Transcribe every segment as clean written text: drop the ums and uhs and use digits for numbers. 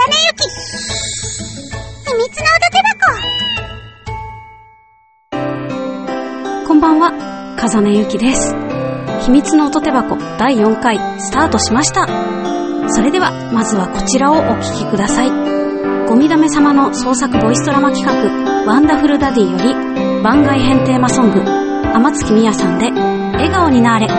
根ゆき秘密の腕手箱。 こんばんは、風根ゆきです。秘密の音手箱第4回スタートしました。それではまずはこちらをお聞きください。ゴミダメ様の創作ボイスドラマ企画ワンダフルダディより番外編テーマソング天月みやさんで笑顔になれ。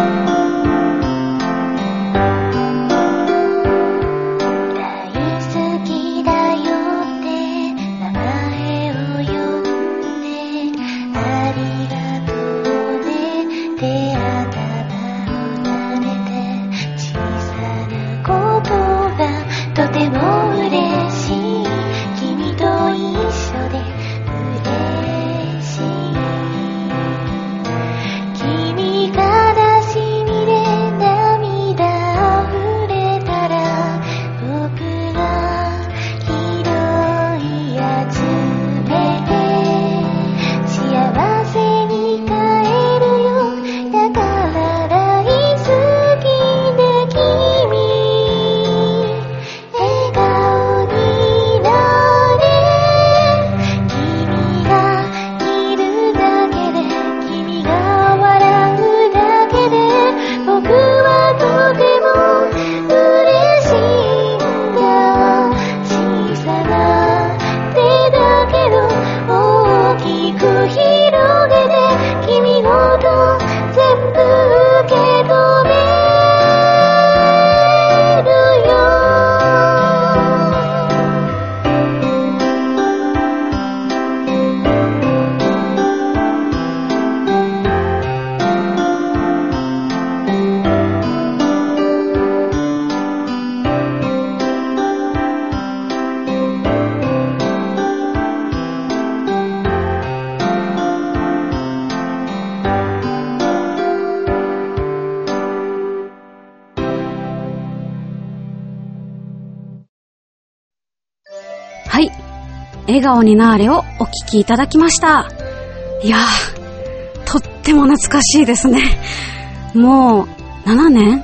はい、笑顔になーれをお聞きいただきました。いやー、とっても懐かしいですね。もう7年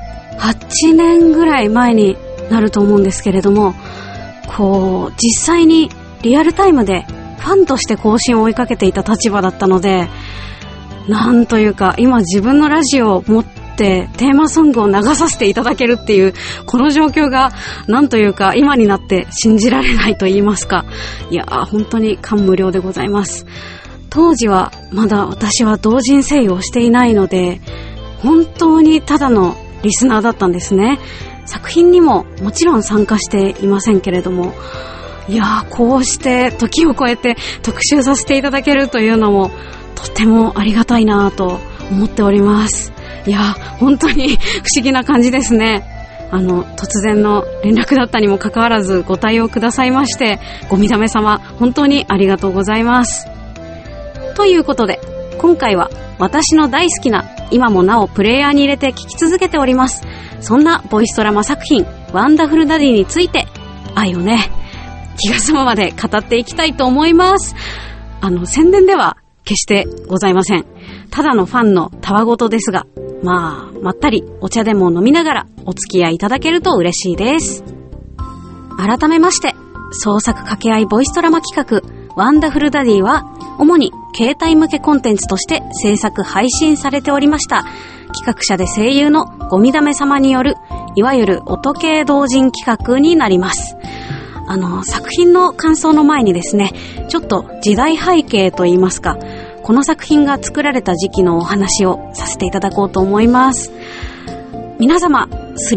?8 年ぐらい前になると思うんですけれども、こう実際にリアルタイムでファンとして更新を追いかけていた立場だったので、なんというか今自分のラジオを持ってテーマソングを流させていただけるっていうこの状況がなんというか今になって信じられないと言いますか、いやー本当に感無量でございます。当時はまだ私は同人声優をしていないので本当にただのリスナーだったんですね。作品にももちろん参加していませんけれども、いやーこうして時を超えて特集させていただけるというのもとてもありがたいなと思っております。いや本当に不思議な感じですね。突然の連絡だったにもかかわらずご対応くださいましてゴミダメ様本当にありがとうございます。ということで今回は私の大好きな今もなおプレイヤーに入れて聴き続けておりますそんなボイスドラマ作品ワンダフルダディについて愛をね気が済むまで語っていきたいと思います。宣伝では決してございません。ただのファンのたわごとですが、まったりお茶でも飲みながらお付き合いいただけると嬉しいです。改めまして、創作掛け合いボイスドラマ企画ワンダフルダディは主に携帯向けコンテンツとして制作配信されておりました企画者で声優のゴミダメ様によるいわゆる音系同人企画になります。作品の感想の前にですね、ちょっと時代背景といいますか、この作品が作られた時期のお話をさせていただこうと思います。皆様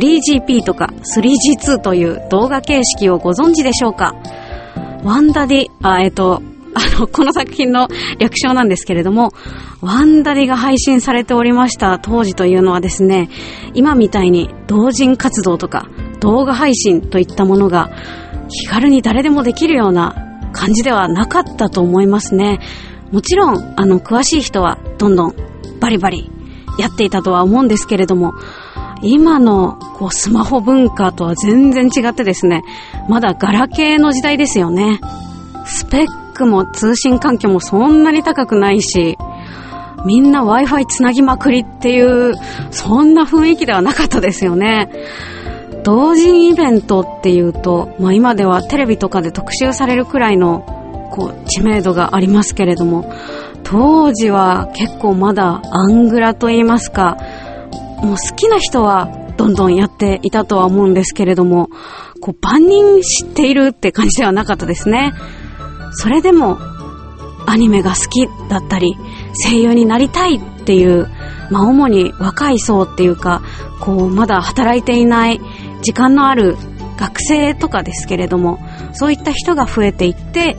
3GP とか 3G2 という動画形式をご存知でしょうか。ワンダディこの作品の略称なんですけれども、ワンダディが配信されておりました当時というのはですね、今みたいに同人活動とか動画配信といったものが気軽に誰でもできるような感じではなかったと思いますね。もちろん詳しい人はどんどんバリバリやっていたとは思うんですけれども、今のスマホ文化とは全然違ってですね、まだガラケーの時代ですよね。スペックも通信環境もそんなに高くないし、みんな Wi-Fi つなぎまくりっていうそんな雰囲気ではなかったですよね。 同人イベントっていうと、今ではテレビとかで特集されるくらいの知名度がありますけれども、当時は結構まだアングラと言いますか、もう好きな人はどんどんやっていたとは思うんですけれども、万人知っているって感じではなかったですね。それでもアニメが好きだったり声優になりたいっていう、主に若い層っていうか、まだ働いていない時間のある学生とかですけれども、そういった人が増えていって、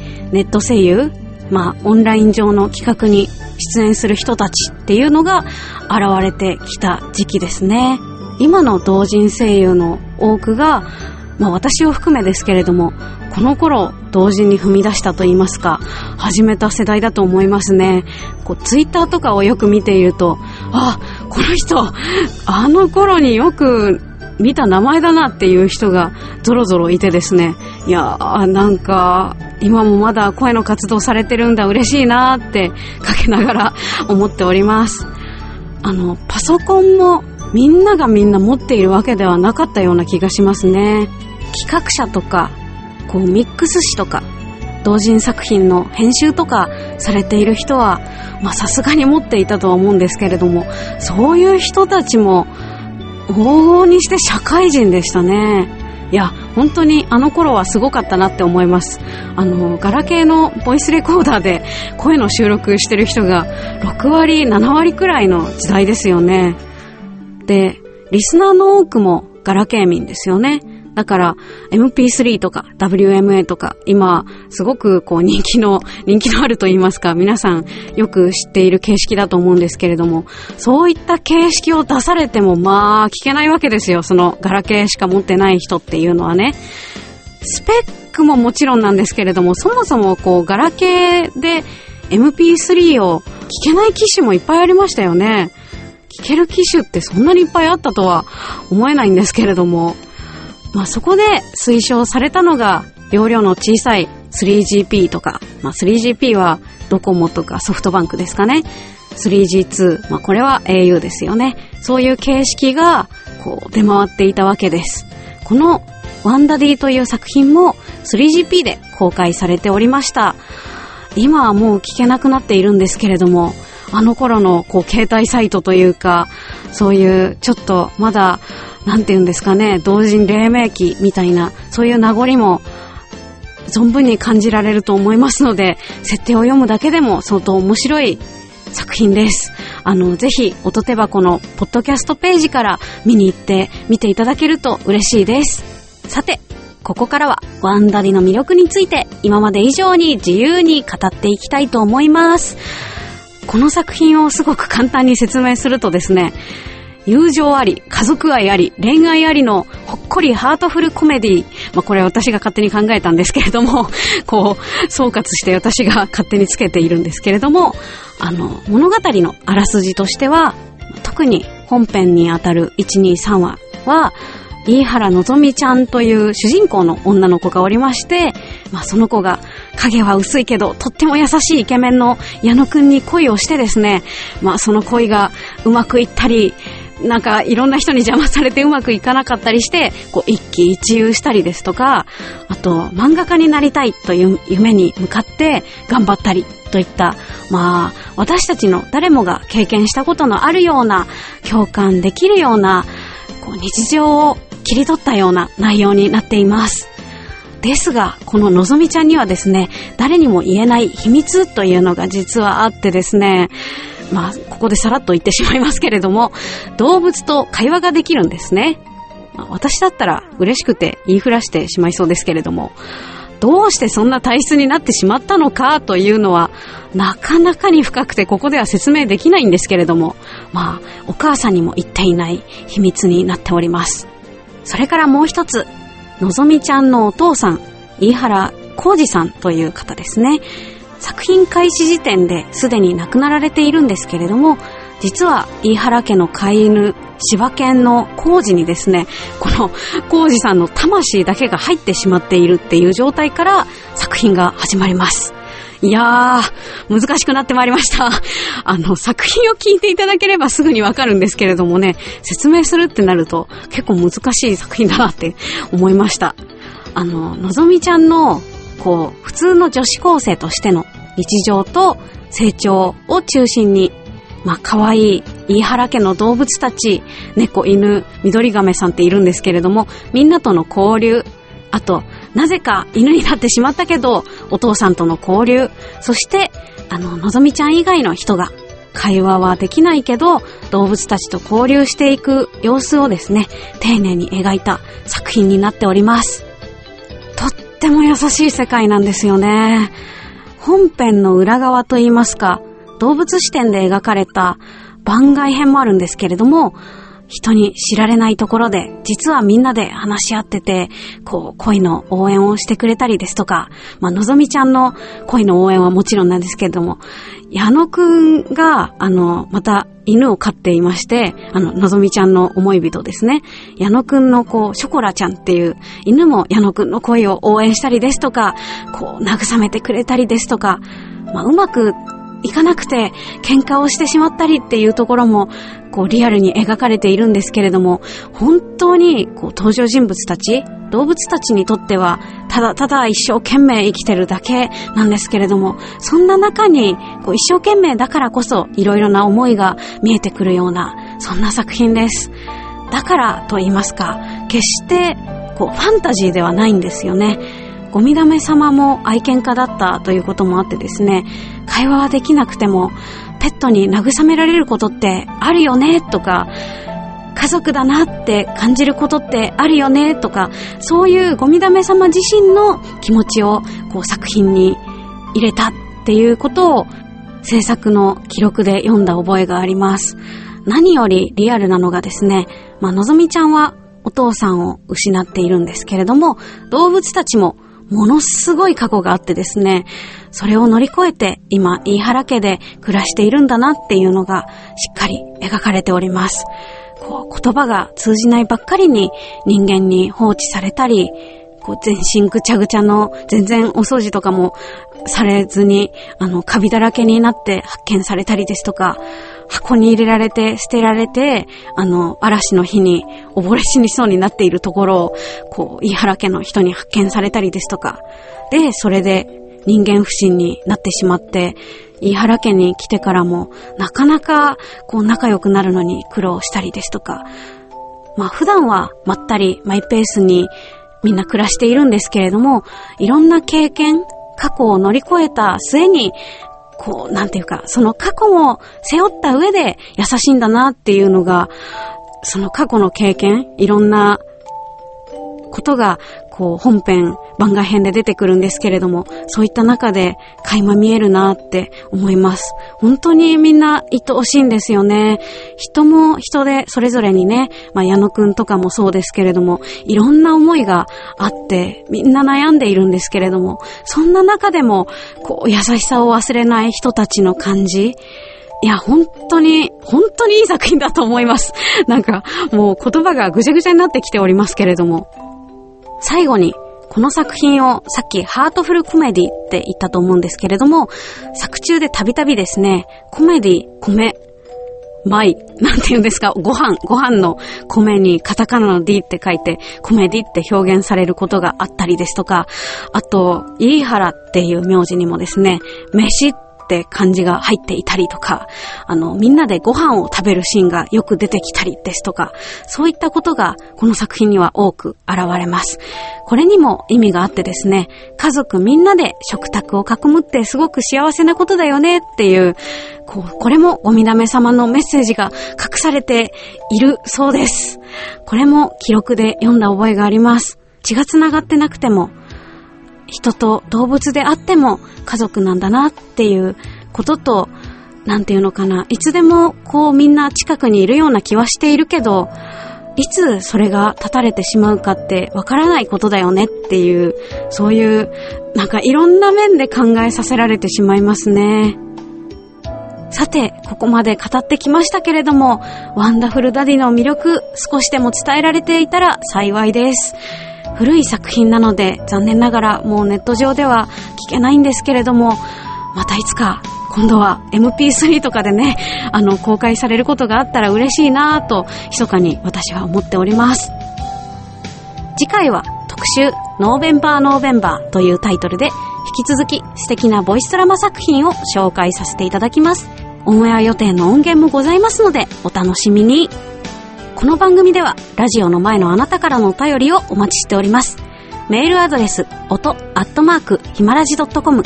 ネット声優、オンライン上の企画に出演する人たちっていうのが現れてきた時期ですね。今の同人声優の多くが、私を含めですけれども、この頃同人に踏み出したと言いますか、始めた世代だと思いますね。ツイッターとかをよく見ていると、この人あの頃によく見た名前だなっていう人がぞろぞろいてですね、いやなんか今もまだ声の活動されてるんだ、嬉しいなってかけながら思っております。パソコンもみんながみんな持っているわけではなかったような気がしますね。企画者とかミックス誌とか同人作品の編集とかされている人はさすがに持っていたとは思うんですけれども、そういう人たちも往々にして社会人でしたね。いや本当にあの頃はすごかったなって思います。ガラケーのボイスレコーダーで声の収録してる人が6割7割くらいの時代ですよね。でリスナーの多くもガラケー民ですよね。だから MP3 とか WMA とか今すごく人気のあると言いますか、皆さんよく知っている形式だと思うんですけれども、そういった形式を出されても聞けないわけですよ。そのガラケーしか持ってない人っていうのはね。スペックももちろんなんですけれども、そもそもガラケーで MP3 を聞けない機種もいっぱいありましたよね。聞ける機種ってそんなにいっぱいあったとは思えないんですけれども、そこで推奨されたのが容量の小さい 3GP とか、3GP はドコモとかソフトバンクですかね。3G2、これは au ですよね。そういう形式が出回っていたわけです。このワンダディという作品も 3GP で公開されておりました。今はもう聞けなくなっているんですけれども、あの頃の携帯サイトというか、そういうちょっとまだなんていうんですかね、同人黎明期みたいな、そういう名残も存分に感じられると思いますので、設定を読むだけでも相当面白い作品です。ぜひ音手箱のポッドキャストページから見に行って見ていただけると嬉しいです。さて、ここからはワンダリの魅力について今まで以上に自由に語っていきたいと思います。この作品をすごく簡単に説明するとですね、友情あり、家族愛あり、恋愛ありのほっこりハートフルコメディ。これは私が勝手に考えたんですけれども、総括して私が勝手につけているんですけれども、物語のあらすじとしては、特に本編にあたる1、2、3話は、飯原のぞみちゃんという主人公の女の子がおりまして、その子が影は薄いけどとっても優しいイケメンの矢野くんに恋をしてですね、その恋がうまくいったり、なんかいろんな人に邪魔されてうまくいかなかったりして、一喜一憂したりですとか、あと漫画家になりたいという夢に向かって頑張ったりといった、私たちの誰もが経験したことのあるような、共感できるような日常を切り取ったような内容になっています。ですが、こののぞみちゃんにはですね、誰にも言えない秘密というのが実はあってですね、ここでさらっと言ってしまいますけれども、動物と会話ができるんですね。私だったら嬉しくて言いふらしてしまいそうですけれども、どうしてそんな体質になってしまったのかというのはなかなかに深くて、ここでは説明できないんですけれども、お母さんにも言っていない秘密になっております。それからもう一つ、のぞみちゃんのお父さん、飯原浩二さんという方ですね。作品開始時点ですでに亡くなられているんですけれども、実は飯原家の飼い犬柴犬の浩二にですね、この浩二さんの魂だけが入ってしまっているっていう状態から作品が始まります。 いやー、難しくなってまいりました。作品を聞いていただければすぐにわかるんですけれどもね、説明するってなると結構難しい作品だなって思いました。のぞみちゃんの、普通の女子高生としての日常と成長を中心に、可愛い飯原家の動物たち、猫、犬、緑亀さんっているんですけれども、みんなとの交流、あと、なぜか犬になってしまったけど、お父さんとの交流、そして、のぞみちゃん以外の人が、会話はできないけど、動物たちと交流していく様子をですね、丁寧に描いた作品になっております。とっても優しい世界なんですよね。本編の裏側といいますか、動物視点で描かれた番外編もあるんですけれども、人に知られないところで実はみんなで話し合ってて、恋の応援をしてくれたりですとか、のぞみちゃんの恋の応援はもちろんなんですけれども、矢野くんがまた犬を飼っていまして、のぞみちゃんの思い人ですね、矢野くんのショコラちゃんっていう犬も矢野くんの恋を応援したりですとか、慰めてくれたりですとか、うまくいかなくて喧嘩をしてしまったりっていうところもリアルに描かれているんですけれども、本当に登場人物たち、動物たちにとってはただただ一生懸命生きてるだけなんですけれども、そんな中に一生懸命だからこそいろいろな思いが見えてくるような、そんな作品です。だからと言いますか、決してファンタジーではないんですよね。ゴミダメ様も愛犬家だったということもあってですね、会話はできなくてもペットに慰められることってあるよねとか、家族だなって感じることってあるよねとか、そういうゴミダメ様自身の気持ちを作品に入れたっていうことを制作の記録で読んだ覚えがあります。何よりリアルなのがですね、のぞみちゃんはお父さんを失っているんですけれども、動物たちもものすごい過去があってですね、それを乗り越えて今飯原家で暮らしているんだなっていうのがしっかり描かれております。言葉が通じないばっかりに人間に放置されたり、全身ぐちゃぐちゃの全然お掃除とかもされずにカビだらけになって発見されたりですとか、箱に入れられて捨てられて嵐の日に溺れ死にそうになっているところを飯原家の人に発見されたりですとかで、それで人間不信になってしまって飯原家に来てからもなかなか仲良くなるのに苦労したりですとか、普段はまったりマイペースにみんな暮らしているんですけれども、いろんな経験、過去を乗り越えた末になんていうか、その過去も背負った上で優しいんだなっていうのが、その過去の経験、いろんなことが本編番外編で出てくるんですけれども、そういった中で垣間見えるなって思います。本当にみんな愛おしいんですよね。人も人でそれぞれにね、矢野くんとかもそうですけれども、いろんな思いがあってみんな悩んでいるんですけれども、そんな中でも優しさを忘れない人たちの感じ、いや、本当にいい作品だと思います。なんかもう言葉がぐちゃぐちゃになってきておりますけれども、最後にこの作品をさっきハートフルコメディって言ったと思うんですけれども、作中でたびたびですね、コメディ、米、米、なんて言うんですか、ご飯の米にカタカナの D って書いてコメディって表現されることがあったりですとか、あと飯原っていう名字にもですね、飯って漢字が入っていたりとか、みんなでご飯を食べるシーンがよく出てきたりですとか、そういったことがこの作品には多く現れます。これにも意味があってですね、家族みんなで食卓を囲むってすごく幸せなことだよねっていう、これもゴミダメ様のメッセージが隠されているそうです。これも記録で読んだ覚えがあります。血がつながってなくても、人と動物であっても家族なんだなっていうことと、なんていうのかな、いつでもみんな近くにいるような気はしているけど、いつそれが断たれてしまうかってわからないことだよねっていう、そういうなんかいろんな面で考えさせられてしまいますね。さて、ここまで語ってきましたけれども、ワンダフルダディの魅力少しでも伝えられていたら幸いです。古い作品なので残念ながらもうネット上では聞けないんですけれども、 またいつか今度は MP3 とかでね、公開されることがあったら嬉しいなぁと密かに私は思っております。次回は特集ノーベンバーというタイトルで引き続き素敵なボイスドラマ作品を紹介させていただきます。オンエア予定の音源もございますのでお楽しみに。この番組ではラジオの前のあなたからのお便りをお待ちしております。メールアドレス音@himaraji.com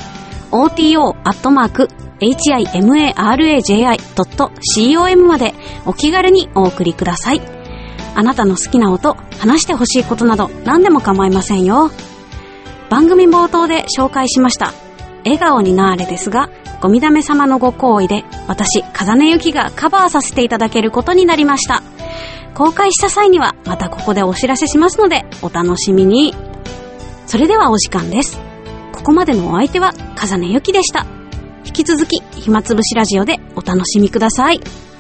oto@himaraji.com までお気軽にお送りください。あなたの好きな音、話してほしいことなど何でも構いませんよ。番組冒頭で紹介しました笑顔になーれですが、ゴミダメ様のご好意で私風根ゆきがカバーさせていただけることになりました。公開した際にはまたここでお知らせしますのでお楽しみに。それではお時間です。ここまでのお相手は風根ゆきでした。引き続き暇つぶしラジオでお楽しみください。